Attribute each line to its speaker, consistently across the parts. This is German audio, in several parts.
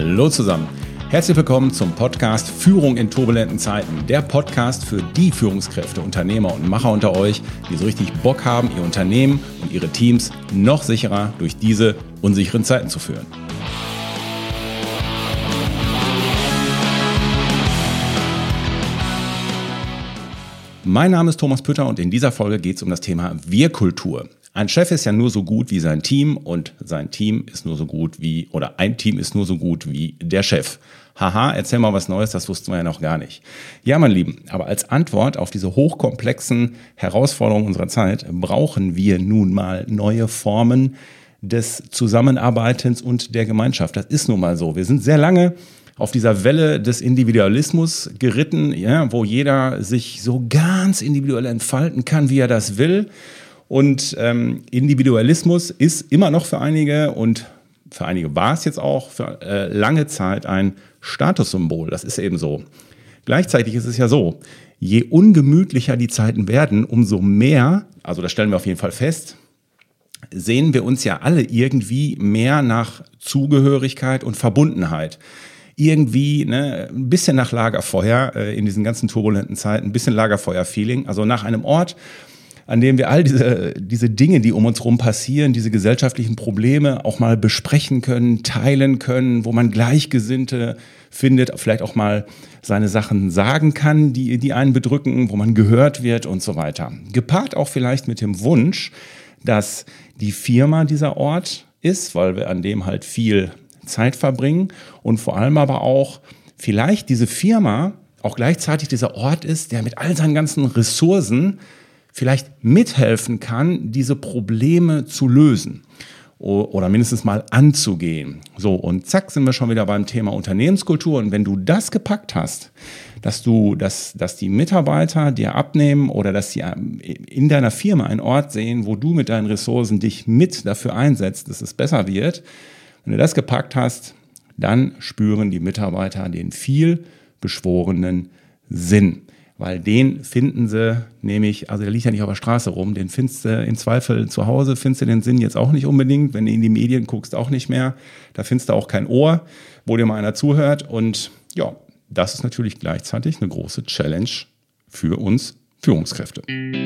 Speaker 1: Hallo zusammen. Herzlich willkommen zum Podcast Führung in turbulenten Zeiten. Der Podcast für die Führungskräfte, Unternehmer und Macher unter euch, die so richtig Bock haben, ihr Unternehmen und ihre Teams noch sicherer durch diese unsicheren Zeiten zu führen. Mein Name ist Thomas Pütter und in dieser Folge geht es um das Thema Wir-Kultur. Ein Chef ist ja nur so gut wie sein Team und sein Team ist nur so gut wie, oder ein Team ist nur so gut wie der Chef. Haha, erzähl mal was Neues, das wussten wir ja noch gar nicht. Ja, mein Lieben, aber als Antwort auf diese hochkomplexen Herausforderungen unserer Zeit brauchen wir nun mal neue Formen des Zusammenarbeitens und der Gemeinschaft. Das ist nun mal so. Wir sind sehr lange auf dieser Welle des Individualismus geritten, ja, wo jeder sich so ganz individuell entfalten kann, wie er das will. Und Individualismus ist immer noch für einige und für einige war es jetzt auch für lange Zeit ein Statussymbol. Das ist eben so. Gleichzeitig ist es ja so, je ungemütlicher die Zeiten werden, umso mehr, also das stellen wir auf jeden Fall fest, sehen wir uns ja alle irgendwie mehr nach Zugehörigkeit und Verbundenheit. Irgendwie ein bisschen nach Lagerfeuer in diesen ganzen turbulenten Zeiten, ein bisschen Lagerfeuer-Feeling, also nach einem Ort, an dem wir all diese Dinge, die um uns herum passieren, diese gesellschaftlichen Probleme auch mal besprechen können, teilen können, wo man Gleichgesinnte findet, vielleicht auch mal seine Sachen sagen kann, die einen bedrücken, wo man gehört wird und so weiter. Gepaart auch vielleicht mit dem Wunsch, dass die Firma dieser Ort ist, weil wir an dem halt viel Zeit verbringen und vor allem aber auch vielleicht diese Firma auch gleichzeitig dieser Ort ist, der mit all seinen ganzen Ressourcen vielleicht mithelfen kann, diese Probleme zu lösen oder mindestens mal anzugehen. So, und zack, sind wir schon wieder beim Thema Unternehmenskultur. Und wenn du das gepackt hast, dass die Mitarbeiter dir abnehmen oder dass sie in deiner Firma einen Ort sehen, wo du mit deinen Ressourcen dich mit dafür einsetzt, dass es besser wird, wenn du das gepackt hast, dann spüren die Mitarbeiter den viel beschworenen Sinn. Weil den finden sie nämlich, also der liegt ja nicht auf der Straße rum, den findest du im Zweifel zu Hause, findest du den Sinn jetzt auch nicht unbedingt, wenn du in die Medien guckst, auch nicht mehr. Da findest du auch kein Ohr, wo dir mal einer zuhört. Und ja, das ist natürlich gleichzeitig eine große Challenge für uns Führungskräfte.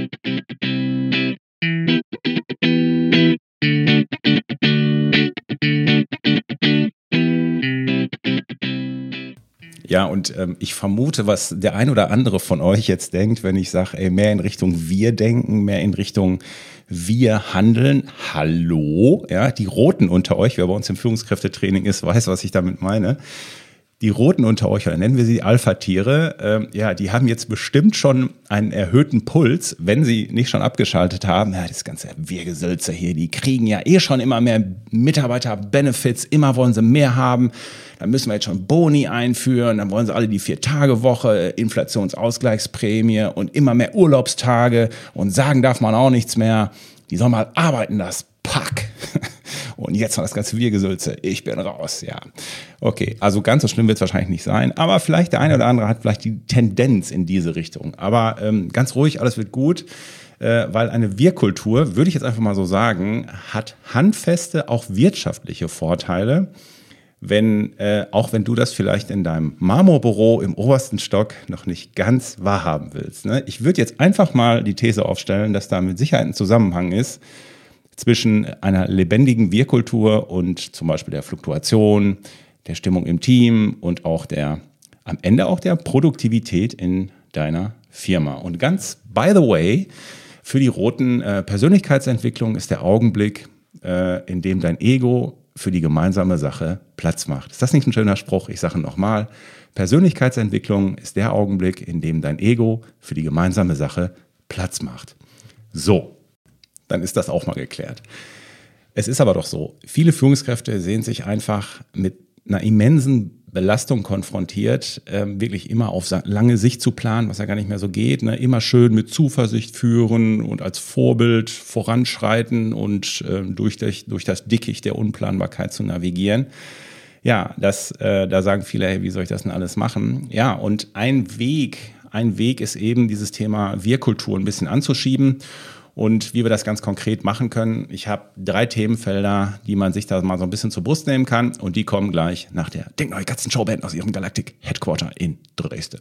Speaker 1: Ja, und ich vermute, was der ein oder andere von euch jetzt denkt, wenn ich sage, mehr in Richtung wir denken, mehr in Richtung wir handeln. Hallo, ja, die Roten unter euch, wer bei uns im Führungskräftetraining ist, weiß, was ich damit meine. Die Roten unter euch, oder nennen wir sie Alpha-Tiere, die haben jetzt bestimmt schon einen erhöhten Puls, wenn sie nicht schon abgeschaltet haben. Ja, das ganze Wir-Gesülze hier, die kriegen ja schon immer mehr Mitarbeiter-Benefits, immer wollen sie mehr haben. Dann müssen wir jetzt schon Boni einführen, dann wollen sie alle die 4-Tage-Woche, Inflationsausgleichsprämie und immer mehr Urlaubstage und sagen darf man auch nichts mehr. Die sollen mal arbeiten, das Pack. Und jetzt noch das ganze Wir-Gesülze. Ich bin raus, ja. Okay, also ganz so schlimm wird es wahrscheinlich nicht sein, aber vielleicht der eine oder andere hat vielleicht die Tendenz in diese Richtung. Aber ganz ruhig, alles wird gut, weil eine Wir-Kultur, würde ich jetzt einfach mal so sagen, hat handfeste, auch wirtschaftliche Vorteile, auch wenn du das vielleicht in deinem Marmorbüro im obersten Stock noch nicht ganz wahrhaben willst. Ne? Ich würde jetzt einfach mal die These aufstellen, dass da mit Sicherheit ein Zusammenhang ist zwischen einer lebendigen Wir-Kultur und zum Beispiel der Fluktuation, der Stimmung im Team und auch am Ende auch der Produktivität in deiner Firma. Und ganz by the way, für die Roten Persönlichkeitsentwicklung ist der Augenblick, in dem dein Ego für die gemeinsame Sache Platz macht. Ist das nicht ein schöner Spruch? Ich sage nochmal, Persönlichkeitsentwicklung ist der Augenblick, in dem dein Ego für die gemeinsame Sache Platz macht. So, dann ist das auch mal geklärt. Es ist aber doch so, viele Führungskräfte sehen sich einfach mit einer immensen Belastung konfrontiert, wirklich immer auf lange Sicht zu planen, was ja gar nicht mehr so geht, ne? Immer schön mit Zuversicht führen und als Vorbild voranschreiten und durch das Dickicht der Unplanbarkeit zu navigieren. Ja, da sagen viele, hey, wie soll ich das denn alles machen? Ja, und ein Weg ist eben, dieses Thema Wir-Kultur ein bisschen anzuschieben. und wie wir das ganz konkret machen können. Ich habe 3 Themenfelder, die man sich da mal so ein bisschen zur Brust nehmen kann und die kommen gleich nach der Denkneue Katzen-Showband aus ihrem Galactic Headquarter in Dresden.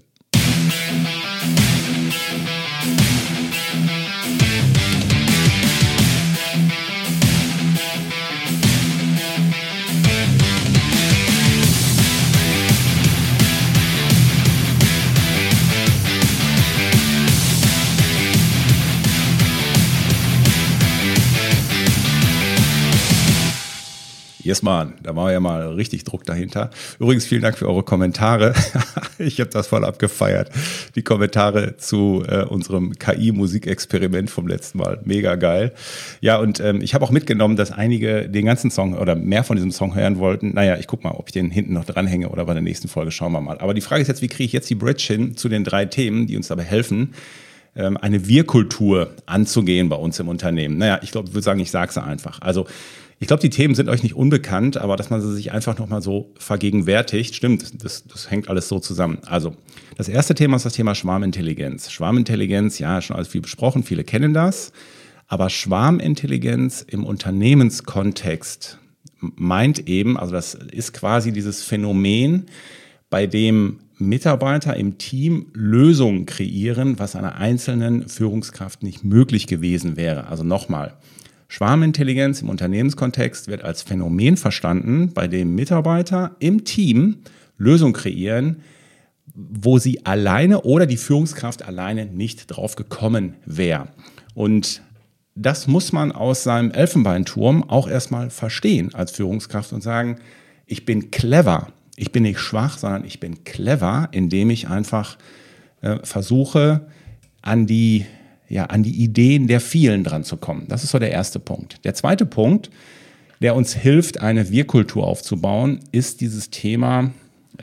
Speaker 1: Yes, man, da war ja mal richtig Druck dahinter. Übrigens, vielen Dank für eure Kommentare. Ich habe das voll abgefeiert. Die Kommentare zu unserem KI-Musikexperiment vom letzten Mal. Mega geil. Ja, und ich habe auch mitgenommen, dass einige den ganzen Song oder mehr von diesem Song hören wollten. Naja, ich gucke mal, ob ich den hinten noch dranhänge oder bei der nächsten Folge. Schauen wir mal. Aber die Frage ist jetzt, wie kriege ich jetzt die Bridge hin zu den 3 Themen, die uns dabei helfen, eine Wir-Kultur anzugehen bei uns im Unternehmen. Naja, ich glaube, ich würde sagen, ich sage es einfach. Also, ich glaube, die Themen sind euch nicht unbekannt, aber dass man sie sich einfach nochmal so vergegenwärtigt, stimmt, das hängt alles so zusammen. Also, das erste Thema ist das Thema Schwarmintelligenz. Schwarmintelligenz, ja, schon alles viel besprochen, viele kennen das. Aber Schwarmintelligenz im Unternehmenskontext meint eben, also das ist quasi dieses Phänomen, bei dem Mitarbeiter im Team Lösungen kreieren, was einer einzelnen Führungskraft nicht möglich gewesen wäre. Also nochmal. Schwarmintelligenz im Unternehmenskontext wird als Phänomen verstanden, bei dem Mitarbeiter im Team Lösungen kreieren, wo sie alleine oder die Führungskraft alleine nicht drauf gekommen wäre. Und das muss man aus seinem Elfenbeinturm auch erstmal verstehen als Führungskraft und sagen, ich bin clever. Ich bin nicht schwach, sondern ich bin clever, indem ich einfach versuche, an die Ideen der vielen dran zu kommen. Das ist so der erste Punkt. Der zweite Punkt, der uns hilft, eine Wir-Kultur aufzubauen, ist dieses Thema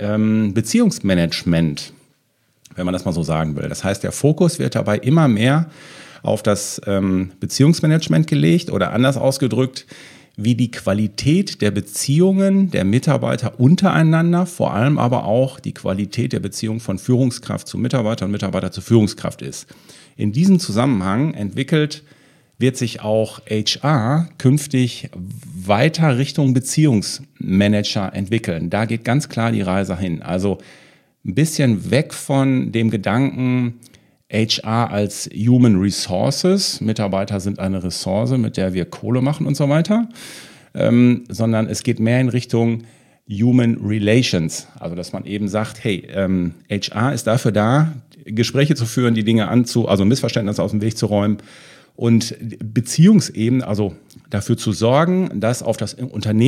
Speaker 1: Beziehungsmanagement, wenn man das mal so sagen will. Das heißt, der Fokus wird dabei immer mehr auf das Beziehungsmanagement gelegt oder anders ausgedrückt, wie die Qualität der Beziehungen der Mitarbeiter untereinander, vor allem aber auch die Qualität der Beziehung von Führungskraft zu Mitarbeiter und Mitarbeiter zu Führungskraft ist. In diesem Zusammenhang wird sich auch HR künftig weiter Richtung Beziehungsmanager entwickeln. Da geht ganz klar die Reise hin. Also ein bisschen weg von dem Gedanken, HR als Human Resources, Mitarbeiter sind eine Ressource, mit der wir Kohle machen und so weiter, sondern es geht mehr in Richtung Human Relations. Also dass man eben sagt, hey, HR ist dafür da, Gespräche zu führen, die Dinge also Missverständnisse aus dem Weg zu räumen und Beziehungsebene, also dafür zu sorgen, dass auf das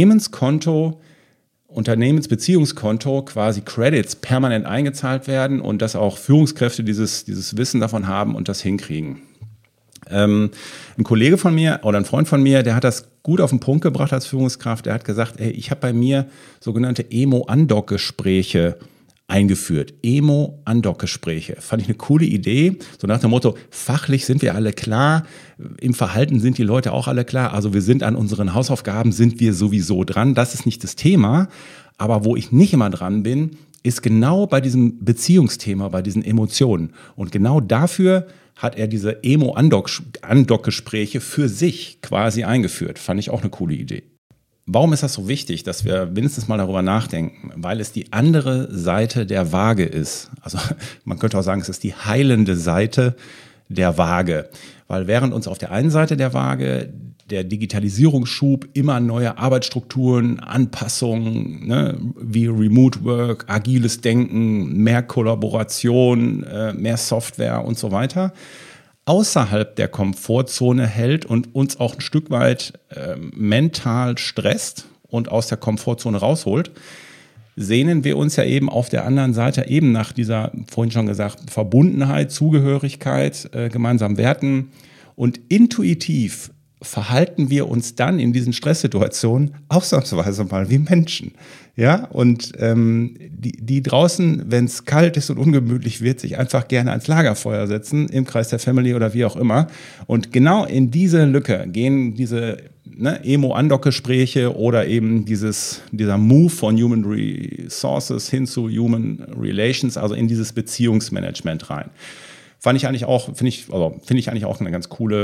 Speaker 1: Unternehmensbeziehungskonto quasi Credits permanent eingezahlt werden und dass auch Führungskräfte dieses Wissen davon haben und das hinkriegen. Ein Kollege von mir oder ein Freund von mir, der hat das gut auf den Punkt gebracht als Führungskraft. Der hat gesagt, ey, ich habe bei mir sogenannte Emo-Andock-Gespräche eingeführt. Emo-Andock-Gespräche. Fand ich eine coole Idee. So nach dem Motto, fachlich sind wir alle klar, im Verhalten sind die Leute auch alle klar. Also wir sind an unseren Hausaufgaben, sind wir sowieso dran. Das ist nicht das Thema. Aber wo ich nicht immer dran bin, ist genau bei diesem Beziehungsthema, bei diesen Emotionen. Und genau dafür hat er diese Emo-Andock-Gespräche für sich quasi eingeführt. Fand ich auch eine coole Idee. Warum ist das so wichtig, dass wir wenigstens mal darüber nachdenken? Weil es die andere Seite der Waage ist. Also man könnte auch sagen, es ist die heilende Seite der Waage. Weil während uns auf der einen Seite der Waage der Digitalisierungsschub immer neue Arbeitsstrukturen, Anpassungen, wie Remote Work, agiles Denken, mehr Kollaboration, mehr Software und so weiter, außerhalb der Komfortzone hält und uns auch ein Stück weit mental stresst und aus der Komfortzone rausholt, sehnen wir uns ja eben auf der anderen Seite eben nach dieser, vorhin schon gesagt, Verbundenheit, Zugehörigkeit, gemeinsamen Werten und intuitiv verhalten wir uns dann in diesen Stresssituationen ausnahmsweise mal wie Menschen. Ja, und die draußen, wenn es kalt ist und ungemütlich wird, sich einfach gerne ans Lagerfeuer setzen, im Kreis der Family oder wie auch immer. Und genau in diese Lücke gehen diese Emo-Andock-Gespräche oder eben dieser Move von Human Resources hin zu Human Relations, also in dieses Beziehungsmanagement rein. Finde ich eigentlich auch eine ganz coole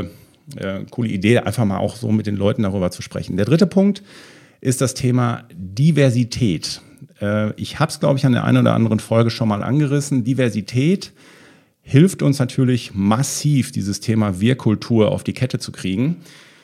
Speaker 1: coole Idee, einfach mal auch so mit den Leuten darüber zu sprechen. Der dritte Punkt ist das Thema Diversität. Ich habe es, glaube ich, an der einen oder anderen Folge schon mal angerissen. Diversität hilft uns natürlich massiv, dieses Thema Wir-Kultur auf die Kette zu kriegen.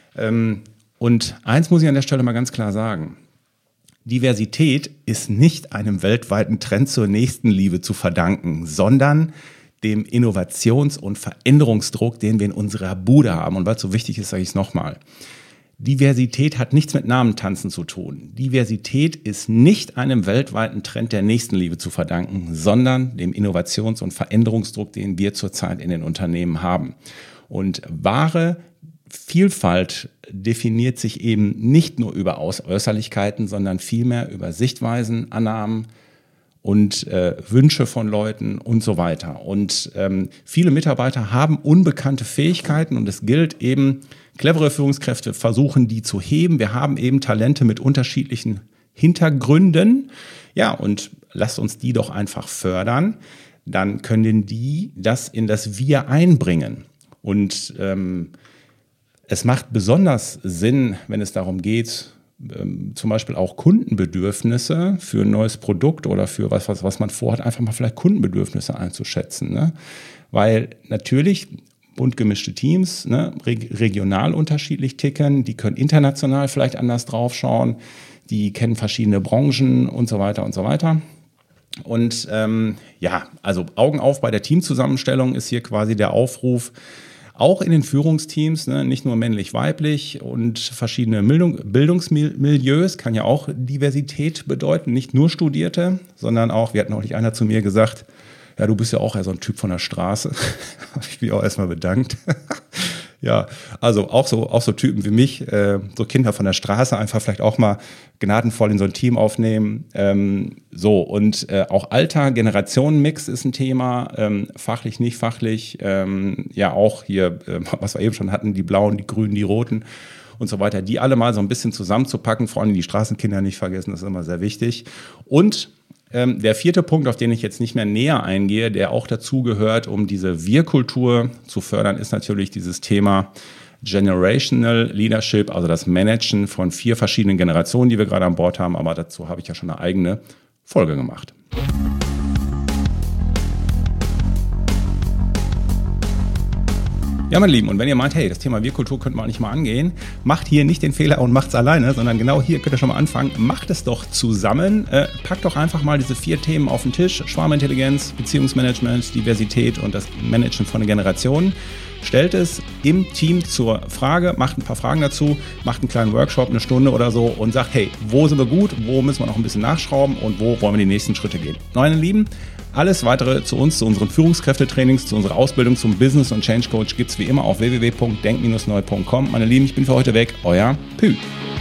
Speaker 1: Und eins muss ich an der Stelle mal ganz klar sagen. Diversität ist nicht einem weltweiten Trend zur Nächstenliebe zu verdanken, sondern dem Innovations- und Veränderungsdruck, den wir in unserer Bude haben. Und weil es so wichtig ist, sage ich es nochmal. Diversität hat nichts mit Namentanzen zu tun. Diversität ist nicht einem weltweiten Trend der Nächstenliebe zu verdanken, sondern dem Innovations- und Veränderungsdruck, den wir zurzeit in den Unternehmen haben. Und wahre Vielfalt definiert sich eben nicht nur über Äußerlichkeiten, sondern vielmehr über Sichtweisen, Annahmen und Wünsche von Leuten und so weiter. Und viele Mitarbeiter haben unbekannte Fähigkeiten und es gilt eben, clevere Führungskräfte versuchen, die zu heben. Wir haben eben Talente mit unterschiedlichen Hintergründen. Ja, und lasst uns die doch einfach fördern. Dann können die das in das Wir einbringen. Und es macht besonders Sinn, wenn es darum geht, zum Beispiel auch Kundenbedürfnisse für ein neues Produkt oder für was man vorhat, einfach mal vielleicht Kundenbedürfnisse einzuschätzen. Ne? Weil natürlich bunt gemischte Teams, ne, regional unterschiedlich ticken, die können international vielleicht anders draufschauen, die kennen verschiedene Branchen und so weiter und so weiter. Und also Augen auf bei der Teamzusammenstellung ist hier quasi der Aufruf, auch in den Führungsteams, ne, nicht nur männlich-weiblich und verschiedene Bildungsmilieus, kann ja auch Diversität bedeuten, nicht nur Studierte, sondern auch, wir hatten neulich einer zu mir gesagt, ja, du bist ja auch eher so ein Typ von der Straße. Habe ich mich auch erstmal bedankt. Ja, also auch so Typen wie mich, so Kinder von der Straße, einfach vielleicht auch mal gnadenvoll in so ein Team aufnehmen. Auch Alter, Generationenmix ist ein Thema, fachlich, nicht fachlich. Auch hier, was wir eben schon hatten, die Blauen, die Grünen, die Roten und so weiter, die alle mal so ein bisschen zusammenzupacken, vor allem die Straßenkinder nicht vergessen, das ist immer sehr wichtig. Und der vierte Punkt, auf den ich jetzt nicht mehr näher eingehe, der auch dazu gehört, um diese Wir-Kultur zu fördern, ist natürlich dieses Thema Generational Leadership, also das Managen von 4 verschiedenen Generationen, die wir gerade an Bord haben. Aber dazu habe ich ja schon eine eigene Folge gemacht. Ja, meine Lieben, und wenn ihr meint, hey, das Thema Wir-Kultur könnten wir auch nicht mal angehen, macht hier nicht den Fehler und macht's alleine, sondern genau hier könnt ihr schon mal anfangen. Macht es doch zusammen. Packt doch einfach mal diese 4 Themen auf den Tisch. Schwarmintelligenz, Beziehungsmanagement, Diversität und das Managen von den Generationen. Stellt es im Team zur Frage, macht ein paar Fragen dazu, macht einen kleinen Workshop, eine Stunde oder so und sagt, hey, wo sind wir gut, wo müssen wir noch ein bisschen nachschrauben und wo wollen wir die nächsten Schritte gehen. Meine Lieben, alles weitere zu uns, zu unseren Führungskräftetrainings, zu unserer Ausbildung zum Business- und Change Coach gibt es wie immer auf www.denk-neu.com. Meine Lieben, ich bin für heute weg. Euer Pü.